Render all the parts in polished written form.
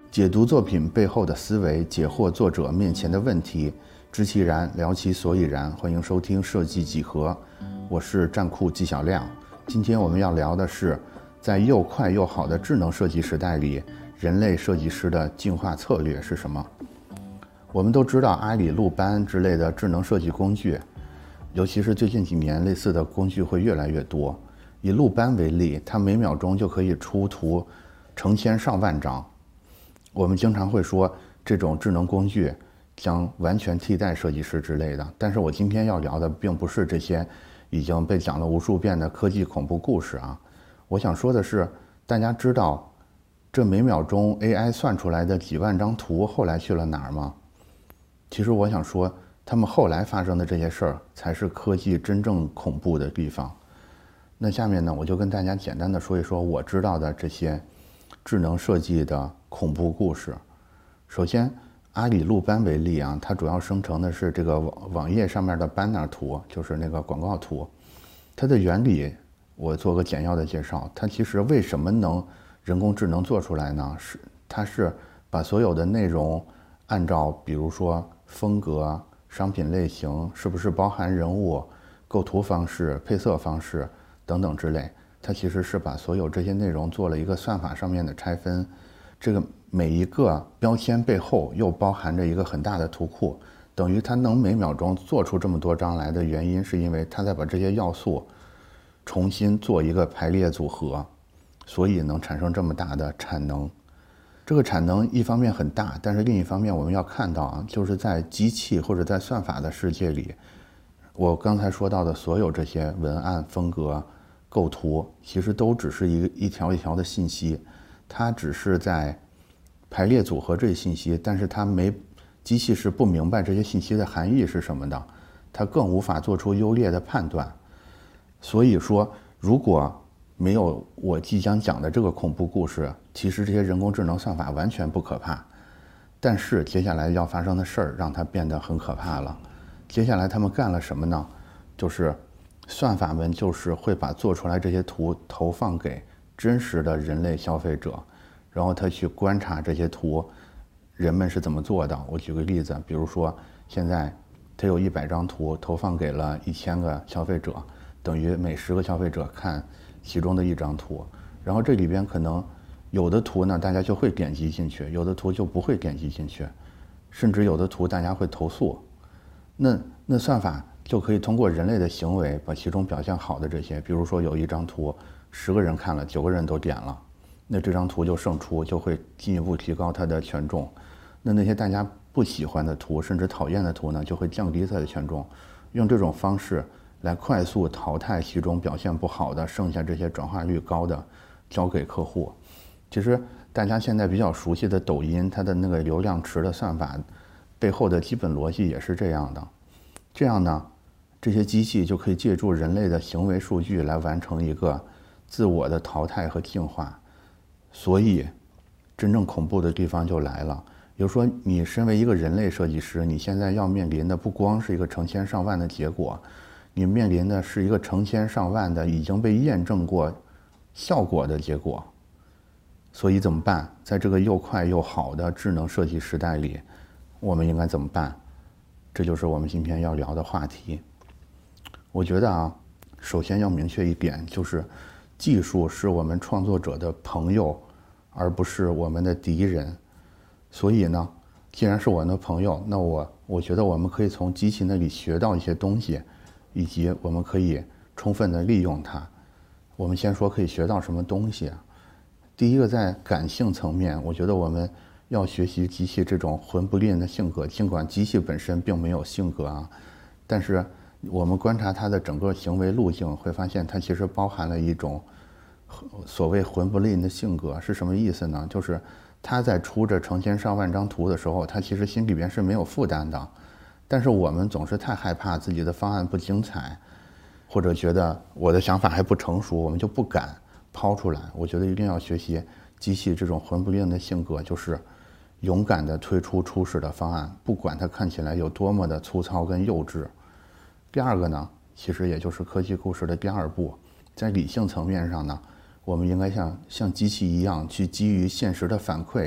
解读作品背后的思维，解惑作者面前的问题，知其然，聊其所以然。欢迎收听设计几何，我是站酷纪晓亮。今天我们要聊的是，在又快又好的智能设计时代里，人类设计师的进化策略是什么？我们都知道阿里路斑之类的智能设计工具，尤其是最近几年，类似的工具会越来越多。以路斑为例，它每秒钟就可以出图成千上万张。我们经常会说这种智能工具将完全替代设计师之类的，但是我今天要聊的并不是这些已经被讲了无数遍的科技恐怖故事啊。我想说的是，大家知道这每秒钟 AI 算出来的几万张图后来去了哪儿吗？其实我想说，他们后来发生的这些事儿才是科技真正恐怖的地方。那下面呢，我就跟大家简单的说一说我知道的这些智能设计的恐怖故事。首先，阿里路斑为例啊，它主要生成的是这个网页上面的 banner 图，就是那个广告图。它的原理我做个简要的介绍。它其实为什么能人工智能做出来呢？它是把所有的内容按照比如说风格、商品类型，是不是包含人物、构图方式、配色方式等等之类，它其实是把所有这些内容做了一个算法上面的拆分。这个每一个标签背后又包含着一个很大的图库，等于它能每秒钟做出这么多张来的原因，是因为它在把这些要素重新做一个排列组合，所以能产生这么大的产能。这个产能一方面很大，但是另一方面我们要看到啊，就是在机器或者在算法的世界里，我刚才说到的所有这些文案、风格、构图，其实都只是一条一条的信息，它只是在排列组合这些信息，但是机器是不明白这些信息的含义是什么的，它更无法做出优劣的判断。所以说，如果没有我即将讲的这个恐怖故事，其实这些人工智能算法完全不可怕。但是接下来要发生的事儿让它变得很可怕了。接下来他们干了什么呢？就是算法们就是会把做出来这些图投放给真实的人类消费者，然后他去观察这些图人们是怎么做的。我举个例子，比如说现在他有100张图投放给了1000个消费者，等于每10个消费者看其中的1张图，然后这里边可能有的图呢大家就会点击进去，有的图就不会点击进去，甚至有的图大家会投诉。那算法就可以通过人类的行为把其中表现好的这些，比如说有一张图10个人看了9个人都点了，那这张图就胜出，就会进一步提高它的权重。那些大家不喜欢的图甚至讨厌的图呢，就会降低它的权重，用这种方式来快速淘汰其中表现不好的，剩下这些转化率高的交给客户。其实大家现在比较熟悉的抖音，它的那个流量池的算法背后的基本逻辑也是这样的。这样呢，这些机器就可以借助人类的行为数据来完成一个自我的淘汰和进化。所以真正恐怖的地方就来了。比如说你身为一个人类设计师，你现在要面临的不光是一个成千上万的结果，你面临的是一个成千上万的已经被验证过效果的结果。所以怎么办？在这个又快又好的智能设计时代里，我们应该怎么办？这就是我们今天要聊的话题。我觉得啊，首先要明确一点，就是技术是我们创作者的朋友，而不是我们的敌人。所以呢，既然是我们的朋友，那我觉得我们可以从机器那里学到一些东西，以及我们可以充分的利用它。我们先说可以学到什么东西啊？第一个，在感性层面，我觉得我们要学习机器这种混不吝的性格。尽管机器本身并没有性格啊，但是我们观察它的整个行为路径，会发现它其实包含了一种所谓混不吝的性格。是什么意思呢？就是它在出着成千上万张图的时候，它其实心里边是没有负担的。但是我们总是太害怕自己的方案不精彩，或者觉得我的想法还不成熟，我们就不敢抛出来。我觉得一定要学习机器这种混不吝的性格，就是勇敢地推出初始的方案，不管它看起来有多么的粗糙跟幼稚。第二个呢，其实也就是科技故事的第2步，在理性层面上呢，我们应该像机器一样，去基于现实的反馈，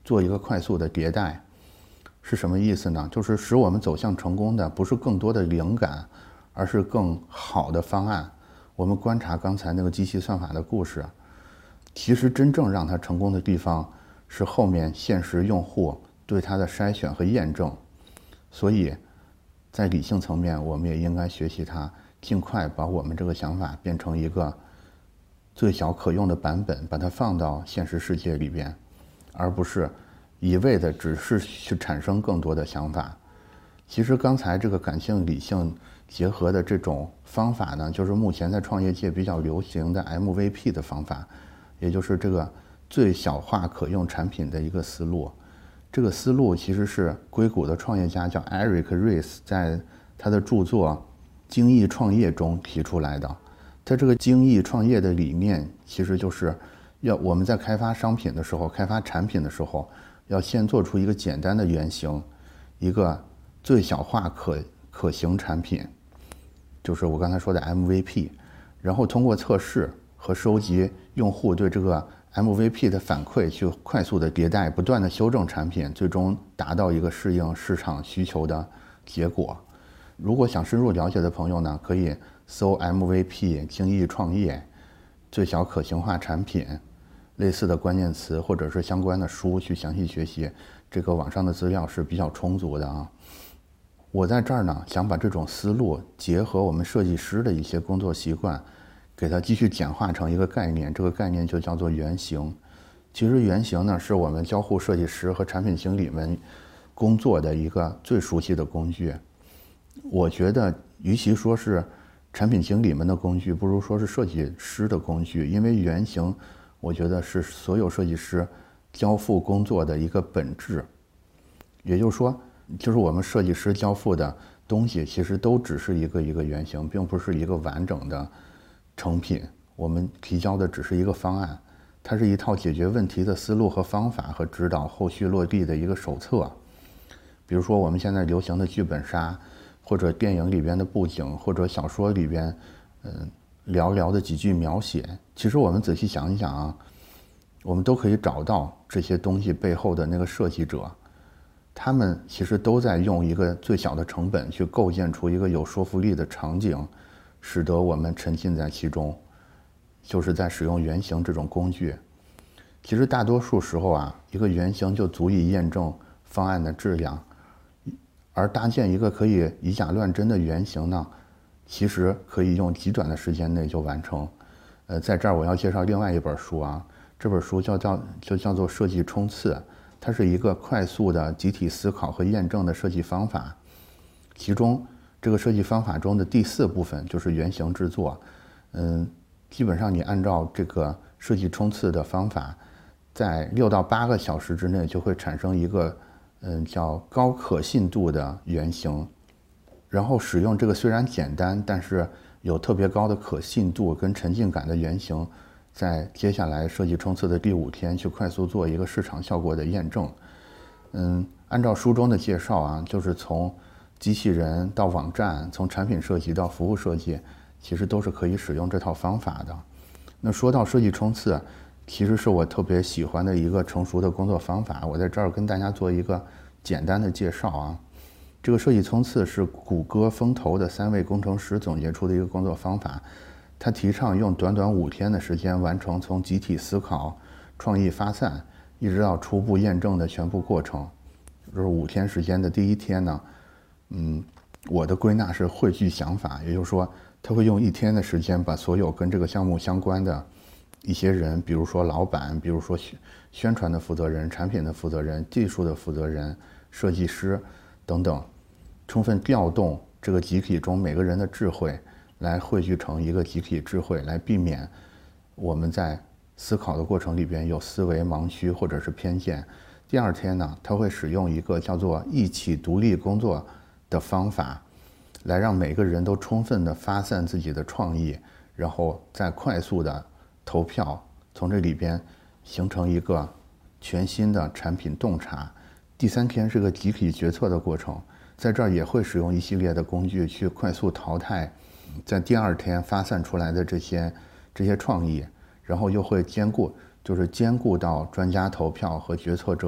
做一个快速的迭代。是什么意思呢？就是使我们走向成功的不是更多的灵感，而是更好的方案。我们观察刚才那个机器算法的故事，其实真正让它成功的地方是后面现实用户对它的筛选和验证。所以在理性层面，我们也应该学习它，尽快把我们这个想法变成一个最小可用的版本，把它放到现实世界里边，而不是一味的只是去产生更多的想法。其实刚才这个感性理性结合的这种方法呢，就是目前在创业界比较流行的 MVP 的方法，也就是这个最小化可用产品的一个思路。这个思路其实是硅谷的创业家叫 Eric Ries 在他的著作《精益创业》中提出来的。他这个精益创业的理念，其实就是要我们在开发商品的时候、开发产品的时候，要先做出一个简单的原型，一个最小化可行产品，就是我刚才说的 MVP， 然后通过测试和收集用户对这个 MVP 的反馈，去快速的迭代，不断的修正产品，最终达到一个适应市场需求的结果。如果想深入了解的朋友呢，可以搜 MVP 精益创业最小可行化产品类似的关键词，或者是相关的书去详细学习。这个网上的资料是比较充足的啊。我在这儿呢，想把这种思路结合我们设计师的一些工作习惯，给它继续简化成一个概念，这个概念就叫做原型。其实原型呢，是我们交互设计师和产品经理们工作的一个最熟悉的工具。我觉得与其说是产品经理们的工具，不如说是设计师的工具，因为原型我觉得是所有设计师交付工作的一个本质。也就是说，就是我们设计师交付的东西其实都只是一个原型，并不是一个完整的成品。我们提交的只是一个方案，它是一套解决问题的思路和方法，和指导后续落地的一个手册。比如说我们现在流行的剧本杀，或者电影里边的布景，或者小说里边寥寥的几句描写，其实我们仔细想一想啊，我们都可以找到这些东西背后的那个设计者，他们其实都在用一个最小的成本去构建出一个有说服力的场景，使得我们沉浸在其中，就是在使用原型这种工具。其实大多数时候啊，一个原型就足以验证方案的质量，而搭建一个可以以假乱真的原型呢，其实可以用极短的时间内就完成。在这儿我要介绍另外一本书啊，这本书就叫做《设计冲刺》，它是一个快速的集体思考和验证的设计方法。其中这个设计方法中的第4部分就是原型制作。基本上你按照这个设计冲刺的方法，在6到8个小时之内就会产生一个叫高可信度的原型。然后使用这个虽然简单，但是有特别高的可信度跟沉浸感的原型，在接下来设计冲刺的第5天去快速做一个市场效果的验证。按照书中的介绍啊，就是从机器人到网站，从产品设计到服务设计，其实都是可以使用这套方法的。那说到设计冲刺，其实是我特别喜欢的一个成熟的工作方法，我在这儿跟大家做一个简单的介绍啊。这个设计冲刺是谷歌风投的3位工程师总结出的一个工作方法，他提倡用短短5天的时间完成从集体思考、创意发散一直到初步验证的全部过程。就是5天时间的第1天呢，我的归纳是汇聚想法，也就是说他会用1天的时间把所有跟这个项目相关的一些人，比如说老板，比如说宣传的负责人、产品的负责人、技术的负责人、设计师等等，充分调动这个集体中每个人的智慧，来汇聚成一个集体智慧，来避免我们在思考的过程里边有思维盲区或者是偏见。第2天呢，他会使用一个叫做一起独立工作的方法，来让每个人都充分的发散自己的创意，然后再快速的投票，从这里边形成一个全新的产品洞察。第3天是个集体决策的过程，在这儿也会使用一系列的工具去快速淘汰在第2天发散出来的这些创意，然后又会兼顾到专家投票和决策者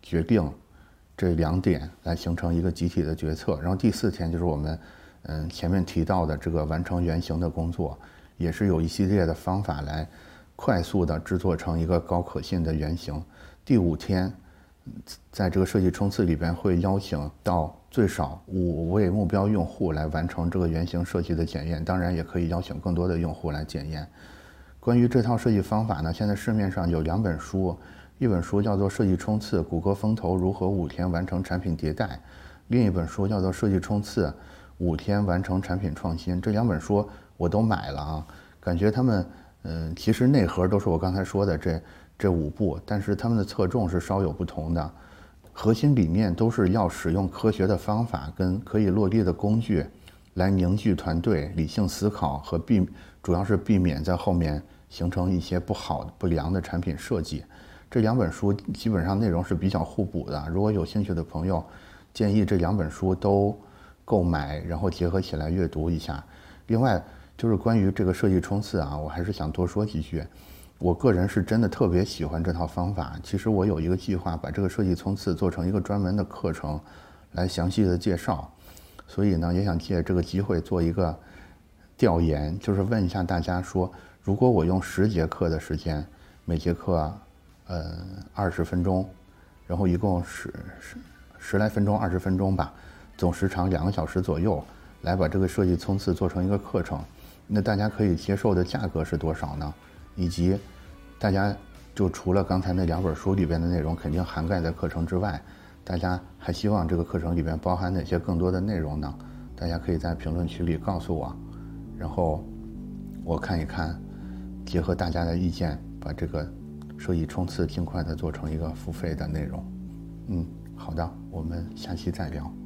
决定这2点来形成一个集体的决策。然后第4天就是我们前面提到的这个完成原型的工作，也是有一系列的方法来快速的制作成一个高可信的原型。第5天，在这个设计冲刺里边会邀请到最少5位目标用户来完成这个原型设计的检验，当然也可以邀请更多的用户来检验。关于这套设计方法呢，现在市面上有2本书，一本书叫做《设计冲刺：谷歌风投如何5天完成产品迭代》，另一本书叫做《设计冲刺：5天完成产品创新》。这2本书我都买了啊，感觉他们其实内核都是我刚才说的这5步，但是他们的侧重是稍有不同的，核心理念都是要使用科学的方法跟可以落地的工具来凝聚团队，理性思考和主要是避免在后面形成一些不良的产品设计。这2本书基本上内容是比较互补的，如果有兴趣的朋友，建议这2本书都购买，然后结合起来阅读一下。另外就是关于这个设计冲刺啊，我还是想多说几句。我个人是真的特别喜欢这套方法，其实我有一个计划把这个设计冲刺做成一个专门的课程来详细的介绍，所以呢也想借这个机会做一个调研，就是问一下大家说，如果我用10节课的时间，每节课20分钟，然后一共10来分钟20分钟吧，总时长2个小时左右，来把这个设计冲刺做成一个课程，那大家可以接受的价格是多少呢？以及大家就除了刚才那2本书里边的内容肯定涵盖在课程之外，大家还希望这个课程里边包含哪些更多的内容呢？大家可以在评论区里告诉我，然后我看一看，结合大家的意见，把这个设计冲刺尽快的做成一个付费的内容。好的，我们下期再聊。